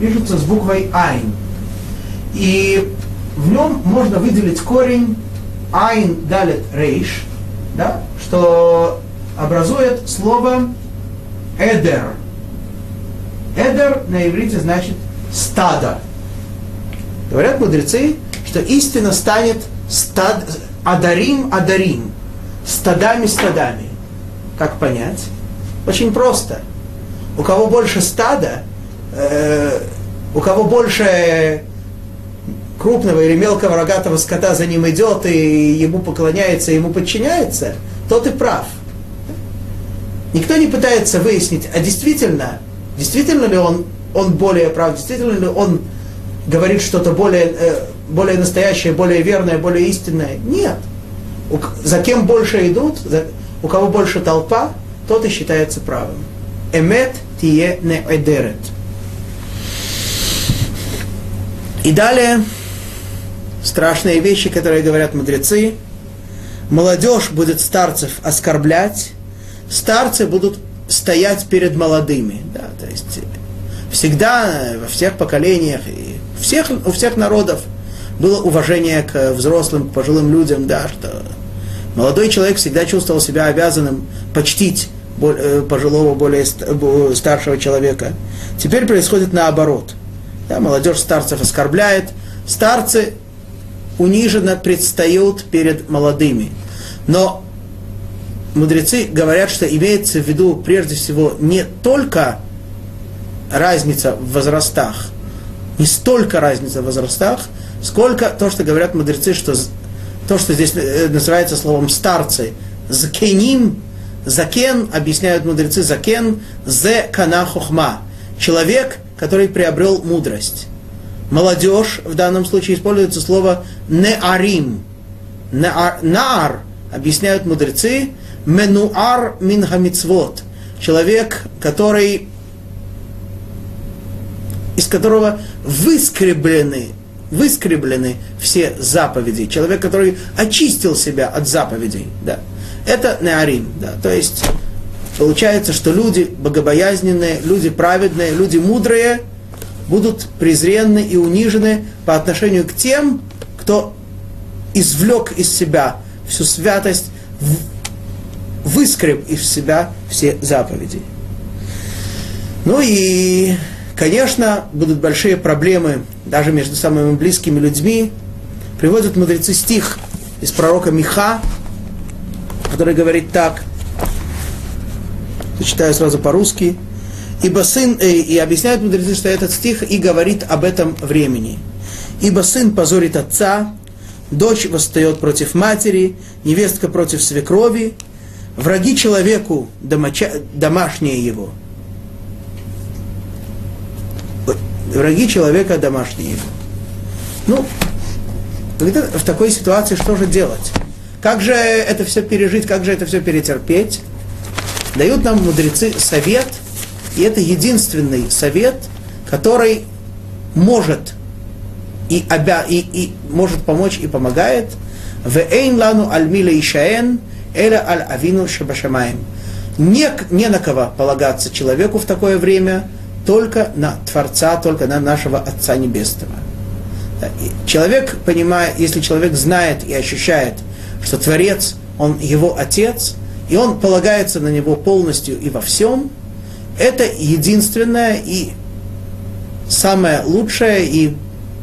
пишется с буквой Айн. И в нем можно выделить корень Айн Далет Рейш, да, что образует слово Эдер. Эдер на иврите значит стадо. Говорят мудрецы, что истина станет стад, адарим, адарим, стадами, стадами. Как понять? Очень просто. У кого больше стада, э, у кого больше крупного или мелкого рогатого скота за ним идет и ему поклоняется, ему подчиняется, тот и прав. Никто не пытается выяснить, а действительно, действительно ли он, он более прав, действительно ли он говорит что-то более, э, более настоящее, более верное, более истинное. Нет. У, за кем больше идут, за, у кого больше толпа, тот и считается правым. Эмет тие не эдерет. И далее страшные вещи, которые говорят мудрецы. Молодежь будет старцев оскорблять, старцы будут стоять перед молодыми. Да, то есть всегда во всех поколениях и всех, у всех народов было уважение к взрослым, к пожилым людям, да, что молодой человек всегда чувствовал себя обязанным почтить пожилого, более старшего человека. Теперь происходит наоборот. Да, молодежь старцев оскорбляет, старцы униженно предстают перед молодыми. Но мудрецы говорят, что имеется в виду прежде всего не только разница в возрастах, не столько разница в возрастах, сколько то, что говорят мудрецы, что то, что здесь называется словом старцы, закеним, закен, объясняют мудрецы, закен, зе кана хохма, человек, который приобрел мудрость. Молодежь, в данном случае используется слово неарим. Наар, объясняют мудрецы, менуар мин хамицвот, человек, который, из которого выскреблены, выскреблены все заповеди, человек, который очистил себя от заповедей. Да. Это неарим. Да. То есть получается, что люди богобоязненные, люди праведные, люди мудрые будут презренны и унижены по отношению к тем, кто извлек из себя всю святость, выскреб из себя все заповеди. Ну и, конечно, будут большие проблемы даже между самыми близкими людьми. Приводят мудрецы стих из пророка Миха, который говорит так, зачитаю сразу по-русски. Ибо сын, э, и объясняют мудрецы, что этот стих и говорит об этом времени. Ибо сын позорит отца, дочь восстает против матери, невестка против свекрови, враги человеку домоча, домашние его. Враги человека домашние его. Ну, когда в такой ситуации что же делать? Как же это все пережить, как же это все перетерпеть? Дают нам мудрецы совет, и это единственный совет, который может и, обя, и, и может помочь и помогает. «Вэйн лану аль миле ишаэн, эля аль авину шабашамаем». Не, не на кого полагаться человеку в такое время, только на Творца, только на нашего Отца Небесного. Человек, понимая, если человек знает и ощущает, что Творец, он его Отец, и он полагается на него полностью и во всем, это единственное и самое лучшее и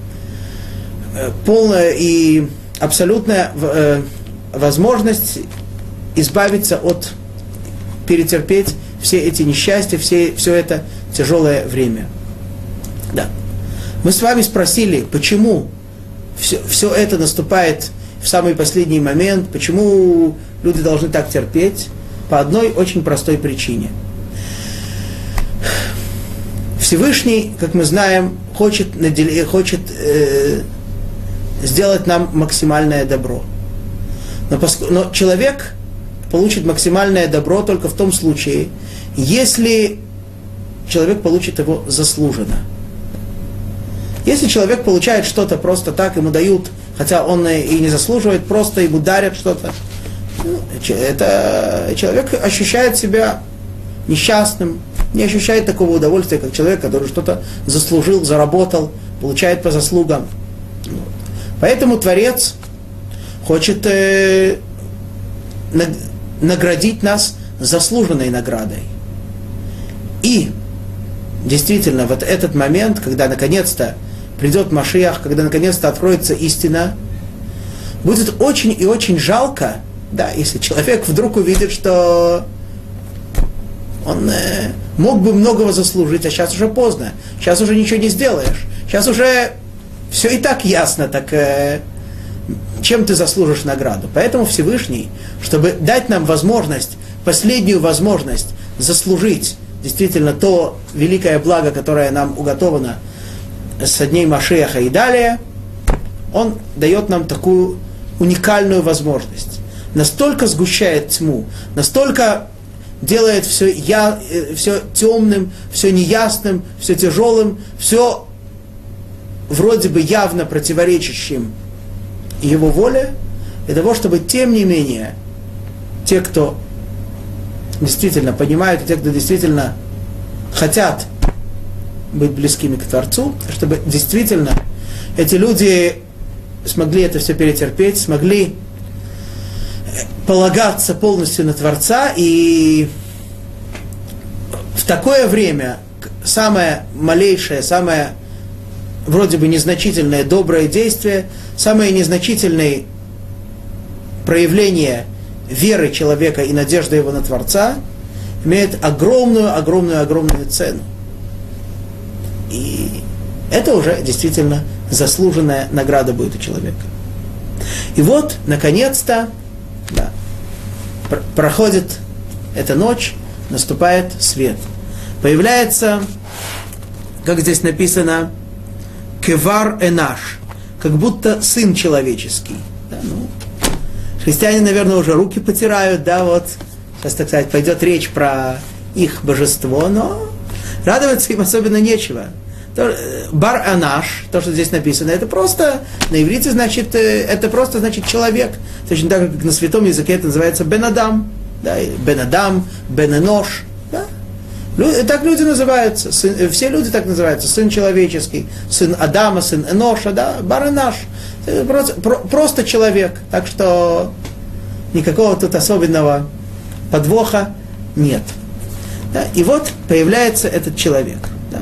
полная и абсолютная возможность избавиться от, перетерпеть все эти несчастья, все, все это тяжелое время. Да. Мы с вами спросили, почему все, все это наступает в самый последний момент, почему люди должны так терпеть? По одной очень простой причине. Всевышний, как мы знаем, хочет, хочет э, сделать нам максимальное добро. Но, поск... Но человек получит максимальное добро только в том случае, если человек получит его заслуженно. Если человек получает что-то просто так, ему дают, хотя он и не заслуживает, просто ему дарят что-то, ну, это человек ощущает себя несчастным, не ощущает такого удовольствия, как человек, который что-то заслужил, заработал, получает по заслугам. Поэтому Творец хочет э, наградить нас заслуженной наградой. И действительно, вот этот момент, когда наконец-то придет Машиах, когда наконец-то откроется истина, будет очень и очень жалко, да, если человек вдруг увидит, что он э, мог бы многого заслужить, а сейчас уже поздно, сейчас уже ничего не сделаешь, сейчас уже все и так ясно, так э, чем ты заслужишь награду. Поэтому Всевышний, чтобы дать нам возможность, последнюю возможность заслужить действительно то великое благо, которое нам уготовано со дней Машиаха и далее, он дает нам такую уникальную возможность. Настолько сгущает тьму, настолько делает все, я, все темным, все неясным, все тяжелым, все вроде бы явно противоречащим его воле, для того, чтобы тем не менее те, кто действительно понимают, те, кто действительно хотят быть близкими к Творцу, чтобы действительно эти люди смогли это все перетерпеть, смогли полагаться полностью на Творца, и в такое время самое малейшее, самое вроде бы незначительное доброе действие, самое незначительное проявление веры человека и надежды его на Творца имеет огромную, огромную, огромную цену. И это уже действительно заслуженная награда будет у человека. И вот, наконец-то, да, пр- проходит эта ночь, наступает свет. Появляется, как здесь написано, кевар энаш, как будто сын человеческий. Да, ну, христиане, наверное, уже руки потирают, да, вот, сейчас, так сказать, пойдет речь про их божество, но радоваться им особенно нечего. Бар-анаш, то, что здесь написано, это просто, на иврите, значит, это просто значит человек. Точно так, как на святом языке это называется бен-адам, да, бен-адам, бен-энош, да. Так люди называются, сын, все люди так называются, сын человеческий, сын Адама, сын Эноша, да, бар-анаш, просто, просто человек, так что никакого тут особенного подвоха нет. Да, и вот появляется этот человек. Да.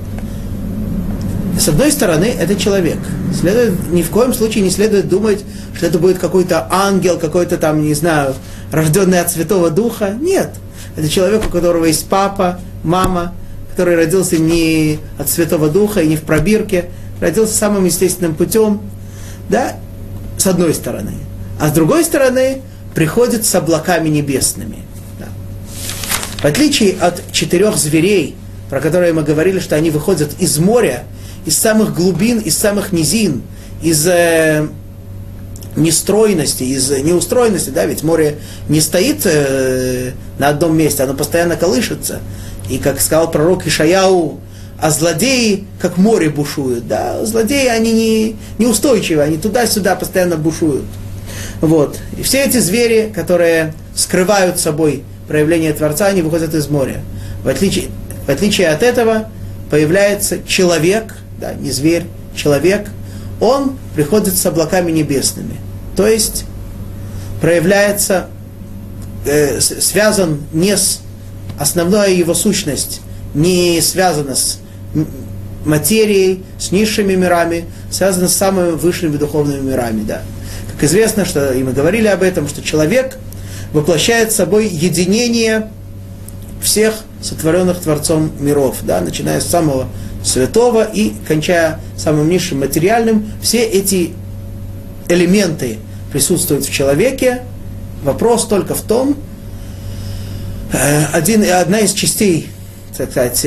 С одной стороны, это человек. Следует, ни в коем случае не следует думать, что это будет какой-то ангел, какой-то там, не знаю, рожденный от Святого Духа. Нет. Это человек, у которого есть папа, мама, который родился не от Святого Духа и не в пробирке, родился самым естественным путем. Да, с одной стороны. А с другой стороны, приходит с облаками небесными. Да. В отличие от четырех зверей, про которые мы говорили, что они выходят из моря, из самых глубин, из самых низин, из э, нестройности, из неустроенности, да, ведь море не стоит э, на одном месте, оно постоянно колышется. И, как сказал пророк Ишаяу, а злодеи, как море, бушуют. Да? Злодеи, они не, неустойчивы, они туда-сюда постоянно бушуют. Вот. И все эти звери, которые скрывают собой проявление Творца, они выходят из моря. В отличие, в отличие от этого появляется человек, да, не зверь, человек, он приходит с облаками небесными. То есть проявляется, э, связан не с... Основная его сущность не связана с материей, с низшими мирами, связана с самыми высшими духовными мирами. Да. Как известно, что, и мы говорили об этом, что человек воплощает собой единение всех сотворенных Творцом миров, да, начиная с самого святого и кончая самым низшим материальным. Все эти элементы присутствуют в человеке. Вопрос только в том, один, одна из частей, так сказать,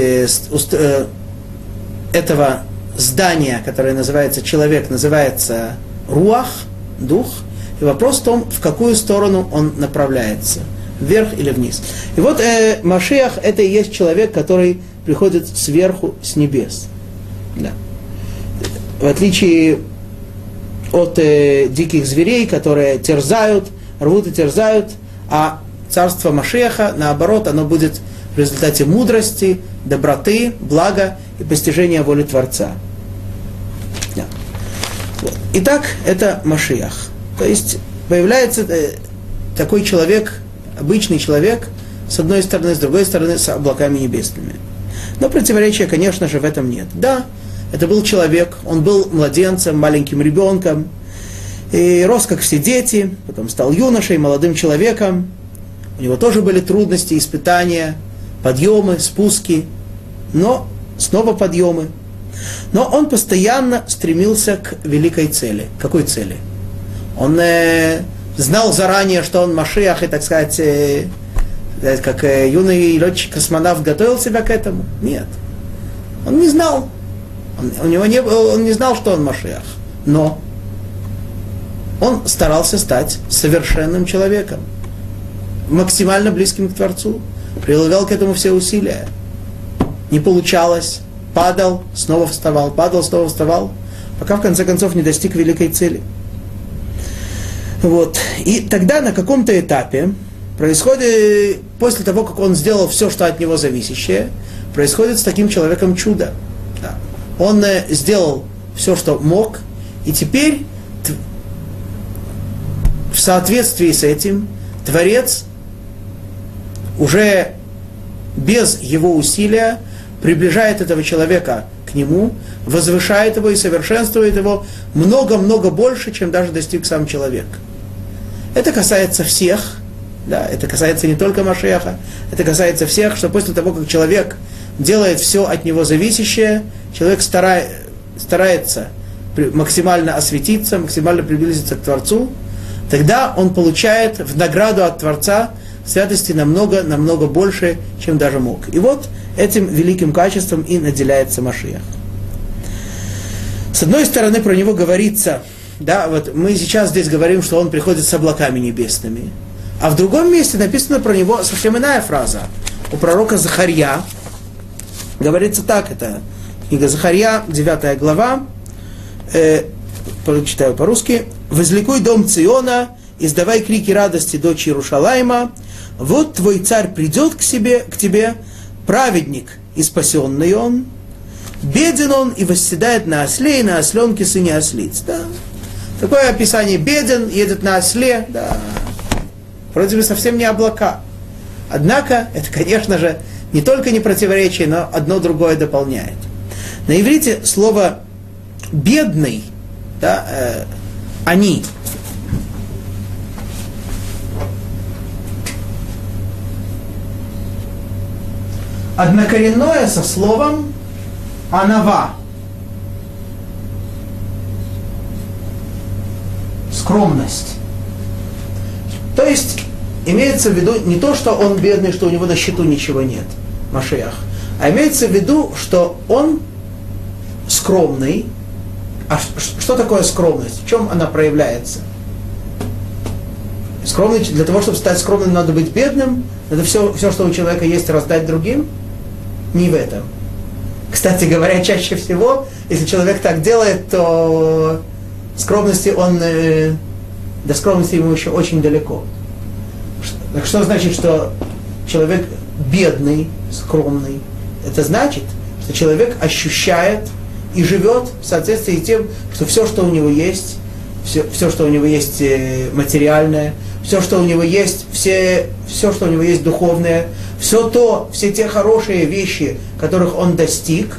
этого здания, которое называется человек, называется руах, дух. И вопрос в том, в какую сторону он направляется, вверх или вниз. И вот э, Машиах — это и есть человек, который приходит сверху, с небес. Да. В отличие от э, диких зверей, которые терзают, рвут и терзают, а царство Машиаха, наоборот, оно будет в результате мудрости, доброты, блага и постижения воли Творца. Да. Вот. Итак, это Машиах. То есть появляется э, такой человек, обычный человек, с одной стороны, с другой стороны, с облаками небесными. Но противоречия, конечно же, в этом нет. Да, это был человек, он был младенцем, маленьким ребенком, и рос, как все дети, потом стал юношей, молодым человеком. У него тоже были трудности, испытания, подъемы, спуски, но снова подъемы. Но он постоянно стремился к великой цели. Какой цели? Он э, знал заранее, что он Машиах, и, так сказать, э, как э, юный летчик-космонавт готовил себя к этому? Нет. Он не знал. Он, у него не, он не знал, что он Машиах. Но он старался стать совершенным человеком, максимально близким к Творцу, прилагал к этому все усилия. Не получалось, падал, снова вставал, падал, снова вставал, пока в конце концов не достиг великой цели. Вот. И тогда на каком-то этапе происходит, после того, как он сделал все, что от него зависящее, происходит с таким человеком чудо. Да. Он э, сделал все, что мог, и теперь в соответствии с этим Творец уже без его усилия приближает этого человека к нему, возвышает его и совершенствует его много-много больше, чем даже достиг сам человек. Это касается всех, да, это касается не только Машиаха, это касается всех, что после того, как человек делает все от него зависящее, человек старай, старается максимально осветиться, максимально приблизиться к Творцу, тогда он получает в награду от Творца святости намного, намного больше, чем даже мог. И вот этим великим качеством и наделяется Машиах. С одной стороны, про него говорится, да, вот мы сейчас здесь говорим, что он приходит с облаками небесными, а в другом месте написана про него совсем иная фраза. У пророка Захарья говорится так, это книга Захарья, девятая глава, э, прочитаю по-русски. «Возликуй дом Циона, издавай крики радости, дочь Иерушалайма. Вот твой царь придет к себе, к тебе, праведник и спасенный он. Беден он и восседает на осле, и на осленке сыне ослиц». Да. Такое описание: беден, едет на осле, да. Вроде бы совсем не облака. Однако, это, конечно же, не только не противоречие, но одно другое дополняет. На иврите слово «бедный», да, э, «они», однокоренное со словом «анава», скромность. То есть имеется в виду не то, что он бедный, что у него на счету ничего нет, Машиах, а имеется в виду, что он скромный. А что такое скромность? В чем она проявляется? Скромный, для того, чтобы стать скромным, надо быть бедным, надо все, все, что у человека есть, раздать другим? Не в этом. Кстати говоря, чаще всего, если человек так делает, то скромности он, э, до скромности ему еще очень далеко. Так что значит, что человек бедный, скромный? Это значит, что человек ощущает и живет в соответствии с тем, что все, что у него есть, все, все что у него есть материальное, все, что у него есть, все, все, что у него есть духовное, все то, все те хорошие вещи, которых он достиг,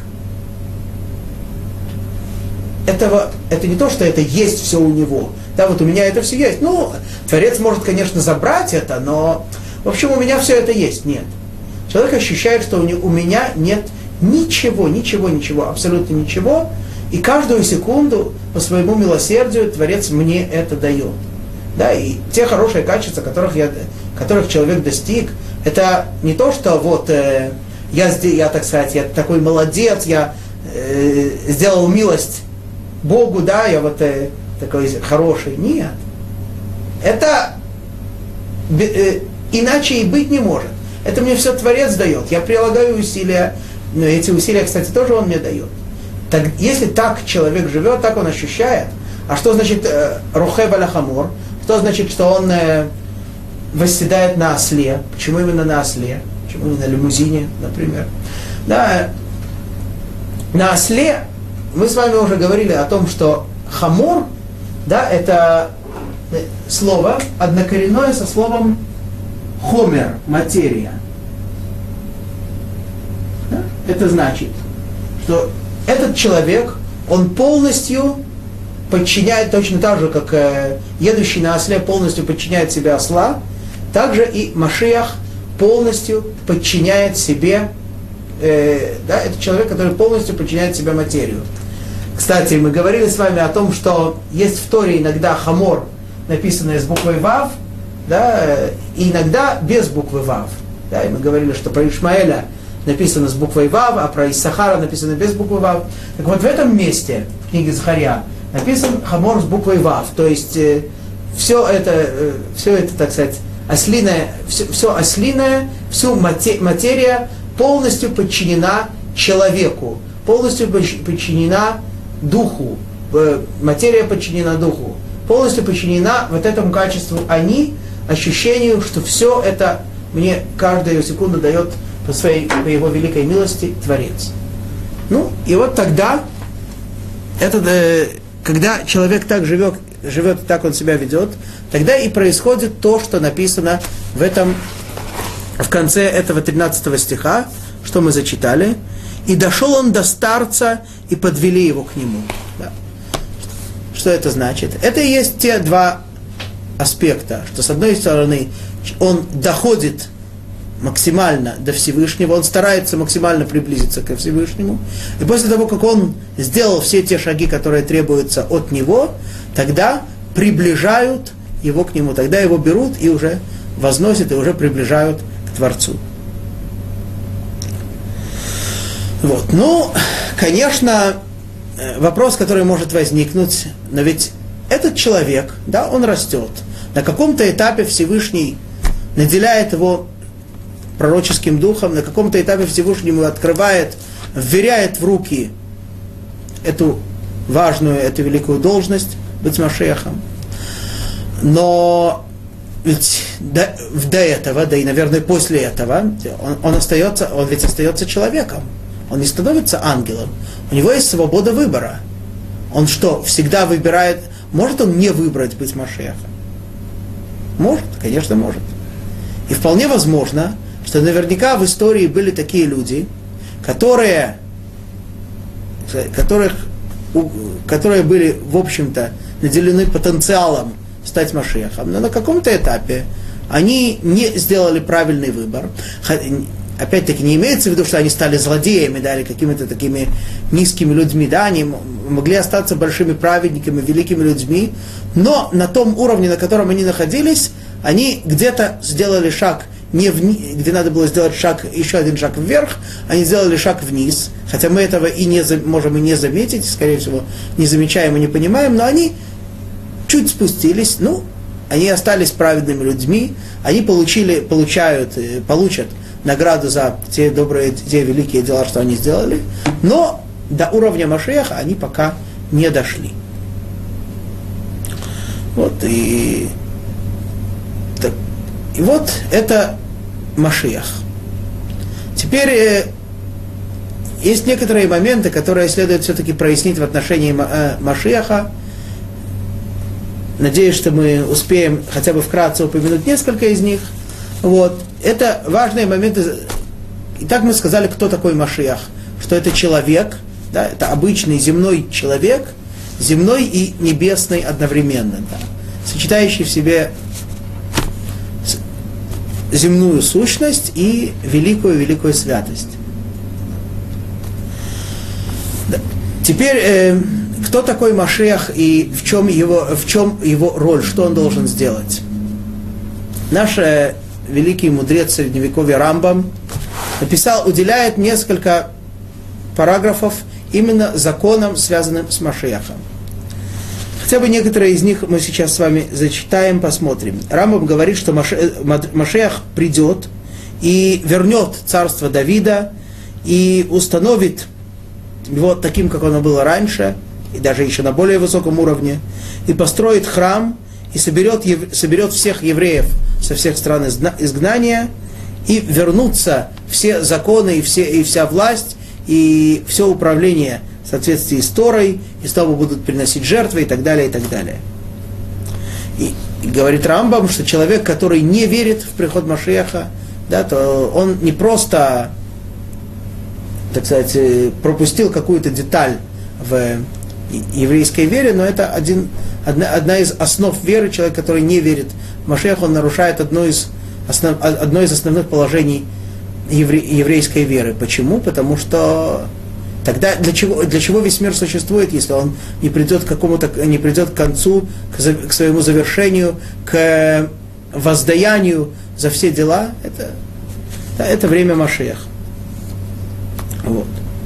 этого, это не то, что это есть все у него. Да, вот у меня это все есть. Ну, Творец может, конечно, забрать это, но, в общем, у меня все это есть. Нет. Человек ощущает, что у, не, у меня нет ничего, ничего, ничего, абсолютно ничего, и каждую секунду по своему милосердию Творец мне это дает. Да, и те хорошие качества, которых, я, которых человек достиг, это не то, что вот э, я, я, так сказать, я такой молодец, я э, сделал милость Богу, да, я вот э, такой хороший. Нет. Это э, иначе и быть не может. Это мне все Творец дает. Я прилагаю усилия, но эти усилия, кстати, тоже он мне дает. Так, если так человек живет, так он ощущает. А что значит рохев аля хамор? Что значит, что он э, восседает на осле? Почему именно на осле? почему не на лимузине, например. Да, на осле мы с вами уже говорили о том, что хамор, да, это слово однокоренное со словом хомер, материя. Да? Это значит, что этот человек, он полностью подчиняет, точно так же, как э, едущий на осле полностью подчиняет себе осла, также и Машиах полностью подчиняет себе, э, да, это человек, который полностью подчиняет себе материю. Кстати, мы говорили с вами о том, что есть в Торе иногда хамор, написанное с буквой Вав, да, и иногда без буквы Вав. Да, и мы говорили, что про Ишмаэля написано с буквой Вав, а про Иссахара написано без буквы Вав. Так вот в этом месте, в книге Захарья, написан хамор с буквой Вав. То есть э, все это, э, все это, так сказать, ослиное, все, все ослиное, всю материя полностью подчинена человеку, полностью подчинена духу, э, материя подчинена духу, полностью подчинена вот этому качеству они, ощущению, что все это мне каждую секунду дает по своей, по его великой милости Творец. Ну, и вот тогда, это, э, когда человек так живет, живет, так он себя ведет, тогда и происходит то, что написано в этом, в конце этого тринадцатого стиха, что мы зачитали. И дошел он до старца, и подвели его к нему. Да. Что это значит? Это и есть те два аспекта, что с одной стороны он доходит максимально до Всевышнего, он старается максимально приблизиться ко Всевышнему, и после того, как он сделал все те шаги, которые требуются от него, тогда приближают его к нему, тогда его берут и уже возносят, и уже приближают к Творцу. Вот. Ну, конечно, вопрос, который может возникнуть, но ведь этот человек, да, он растет. На каком-то этапе Всевышний наделяет его пророческим духом, на каком-то этапе Всевышний ему открывает, вверяет в руки эту важную, эту великую должность, быть Машиахом. Но ведь до, до этого, да и, наверное, после этого, он, он остается, он ведь остается человеком. Он не становится ангелом. У него есть свобода выбора. Он что, всегда выбирает? Может он не выбрать быть Машиахом? Может, конечно, может. И вполне возможно, что наверняка в истории были такие люди, которые, которых, которые были, в общем-то, наделены потенциалом стать Машиахом, но на каком-то этапе они не сделали правильный выбор. Опять-таки не имеется в виду, что они стали злодеями, да, или какими-то такими низкими людьми, да, они могли остаться большими праведниками, великими людьми, но на том уровне, на котором они находились, они где-то сделали шаг, не вни... где надо было сделать шаг, еще один шаг вверх, они сделали шаг вниз, хотя мы этого и не за... можем и не заметить, скорее всего, не замечаем и не понимаем, но они чуть спустились, ну, они остались праведными людьми, они получили, получают, получат награду за те добрые, те великие дела, что они сделали, но до уровня Машиаха они пока не дошли. Вот, и, так, и вот это Машиах. Теперь э, есть некоторые моменты, которые следует все-таки прояснить в отношении э, Машиаха. Надеюсь, что мы успеем хотя бы вкратце упомянуть несколько из них. Вот. Это важные моменты. Итак, мы сказали, кто такой Машиах. Что это человек, да, это обычный земной человек, земной и небесный одновременно, да, сочетающий в себе земную сущность и великую-великую святость. Да. Теперь, э, кто такой Машиах и в чем, его, в чем его роль, что он должен сделать? Наш э, великий мудрец Средневековья Рамбам написал, уделяет несколько параграфов именно законам, связанным с Машиахом. Хотя бы некоторые из них мы сейчас с вами зачитаем, посмотрим. Рамбам говорит, что Машиах придет и вернет царство Давида и установит его таким, как оно было раньше, и даже еще на более высоком уровне, и построит храм, и соберет, соберет всех евреев со всех стран изгнания, и вернутся все законы и, все, и вся власть, и все управление в соответствии с Торой, и снова будут приносить жертвы и так далее, и так далее. И, и говорит Рамбам, что человек, который не верит в приход Машиаха, да, то он не просто, так сказать, пропустил какую-то деталь в еврейской вере, но это один, одна, одна из основ веры. Человек, который не верит в Машиаха, он нарушает одно из, основ, одно из основных положений евре, еврейской веры. Почему? Потому что тогда для чего, для чего весь мир существует, если он не придет к какому-то, не придет к концу, к, к своему завершению, к воздаянию за все дела? Это, да, это время Машиаха. Вот.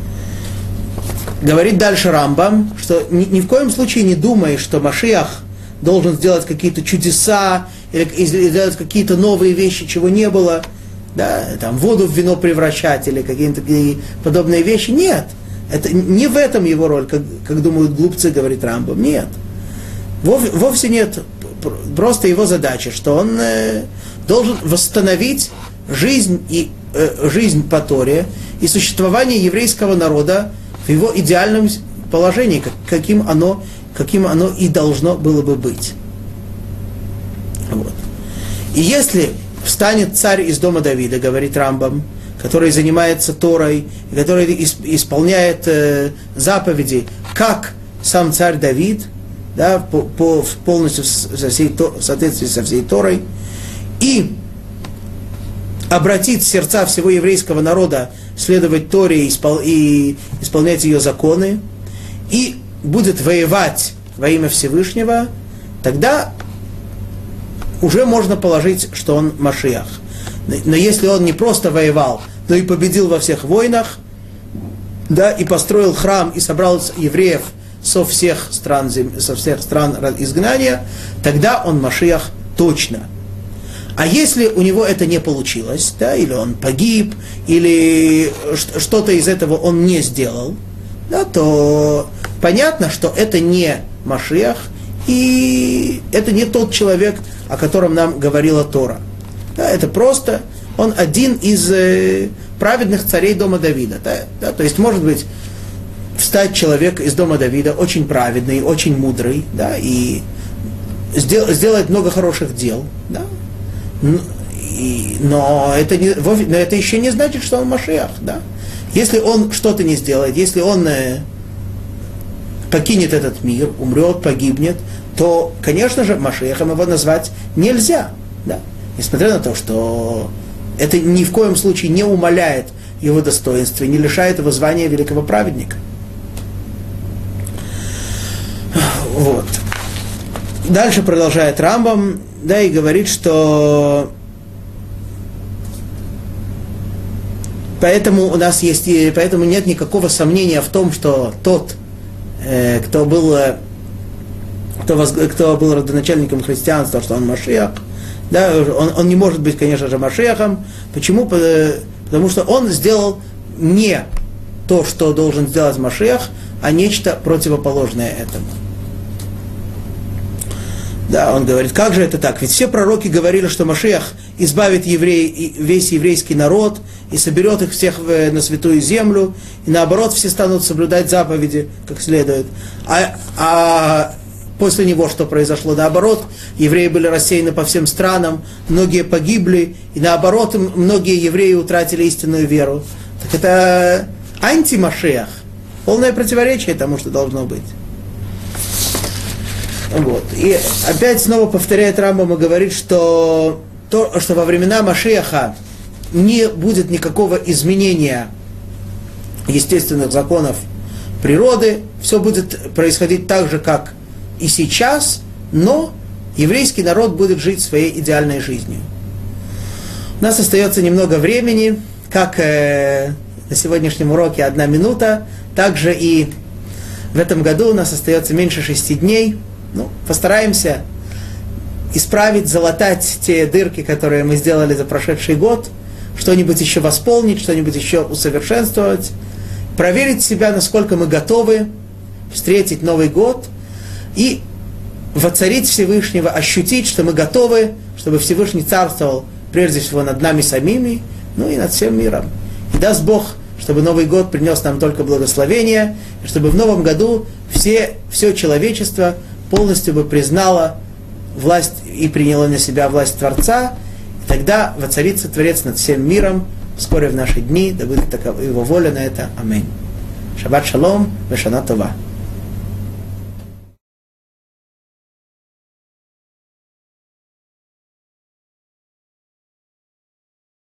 Говорит дальше Рамбам, что ни, ни в коем случае не думай, что Машиах должен сделать какие-то чудеса или, или сделать какие-то новые вещи, чего не было, да, там, воду в вино превращать или какие-то такие подобные вещи. Нет, это не в этом его роль, как, как думают глупцы, говорит Рамбам. Нет, Вов, вовсе нет. Просто его задача, что он э, должен восстановить жизнь, и, э, жизнь по Торе и существование еврейского народа в его идеальном положении, как, каким, оно, каким оно и должно было бы быть. Вот. И если встанет царь из дома Давида, говорит Рамбам, который занимается Торой, который исполняет э, заповеди, как сам царь Давид, да, по, по, полностью со всей, в соответствии со всей Торой, и обратит сердца всего еврейского народа следовать Торе и, испол, и исполнять ее законы, и будет воевать во имя Всевышнего, тогда уже можно положить, что он Машиах. Но если он не просто воевал, но и победил во всех войнах, да, и построил храм, и собрал евреев со всех стран, со всех стран изгнания, тогда он Машиах точно. А если у него это не получилось, да, или он погиб, или что-то из этого он не сделал, да, то понятно, что это не Машиах, и это не тот человек, о котором нам говорила Тора. Да, это просто он один из э, праведных царей дома Давида. Да, да, то есть, может быть, встать человек из дома Давида очень праведный, очень мудрый, да, и сдел, сделать много хороших дел, да, и, но, это не, но это еще не значит, что он Машиах. Да. Если он что-то не сделает, если он э, покинет этот мир, умрет, погибнет, то, конечно же, Машиахом его назвать нельзя. Да. Несмотря на то, что это ни в коем случае не умаляет его достоинства, не лишает его звания великого праведника. Вот. Дальше продолжает Рамбам, да, и говорит, что поэтому у нас есть, поэтому нет никакого сомнения в том, что тот, э, кто был, кто, воз, кто был родоначальником христианства, что он Машиах, да, он, он не может быть, конечно же, Машиахом. Почему? Потому что он сделал не то, что должен сделать Машиах, а нечто противоположное этому. Да, он говорит, как же это так? Ведь все пророки говорили, что Машиах избавит еврей, весь еврейский народ и соберет их всех на святую землю, и наоборот все станут соблюдать заповеди как следует. А, а после него что произошло? Наоборот, евреи были рассеяны по всем странам, многие погибли, и наоборот, многие евреи утратили истинную веру. Так это антимашиах, полное противоречие тому, что должно быть. Вот. И опять снова повторяет Рамбам и говорит, что, то, что во времена Машиаха не будет никакого изменения естественных законов природы, все будет происходить так же, как и сейчас, но еврейский народ будет жить своей идеальной жизнью. У нас остается немного времени, как э, на сегодняшнем уроке одна минута, также и в этом году у нас остается меньше шести дней. Ну, постараемся исправить, залатать те дырки, которые мы сделали за прошедший год, что-нибудь еще восполнить, что-нибудь еще усовершенствовать, проверить себя, насколько мы готовы встретить Новый год и воцарить Всевышнего, ощутить, что мы готовы, чтобы Всевышний царствовал прежде всего над нами самими, ну и над всем миром. И даст Бог, чтобы Новый год принес нам только благословение, и чтобы в Новом году все, все человечество полностью бы признало власть и приняло на себя власть Творца, и тогда воцарится Творец над всем миром вскоре в наши дни, да будет такова его воля на это. Аминь. Шаббат шалом, вешана това.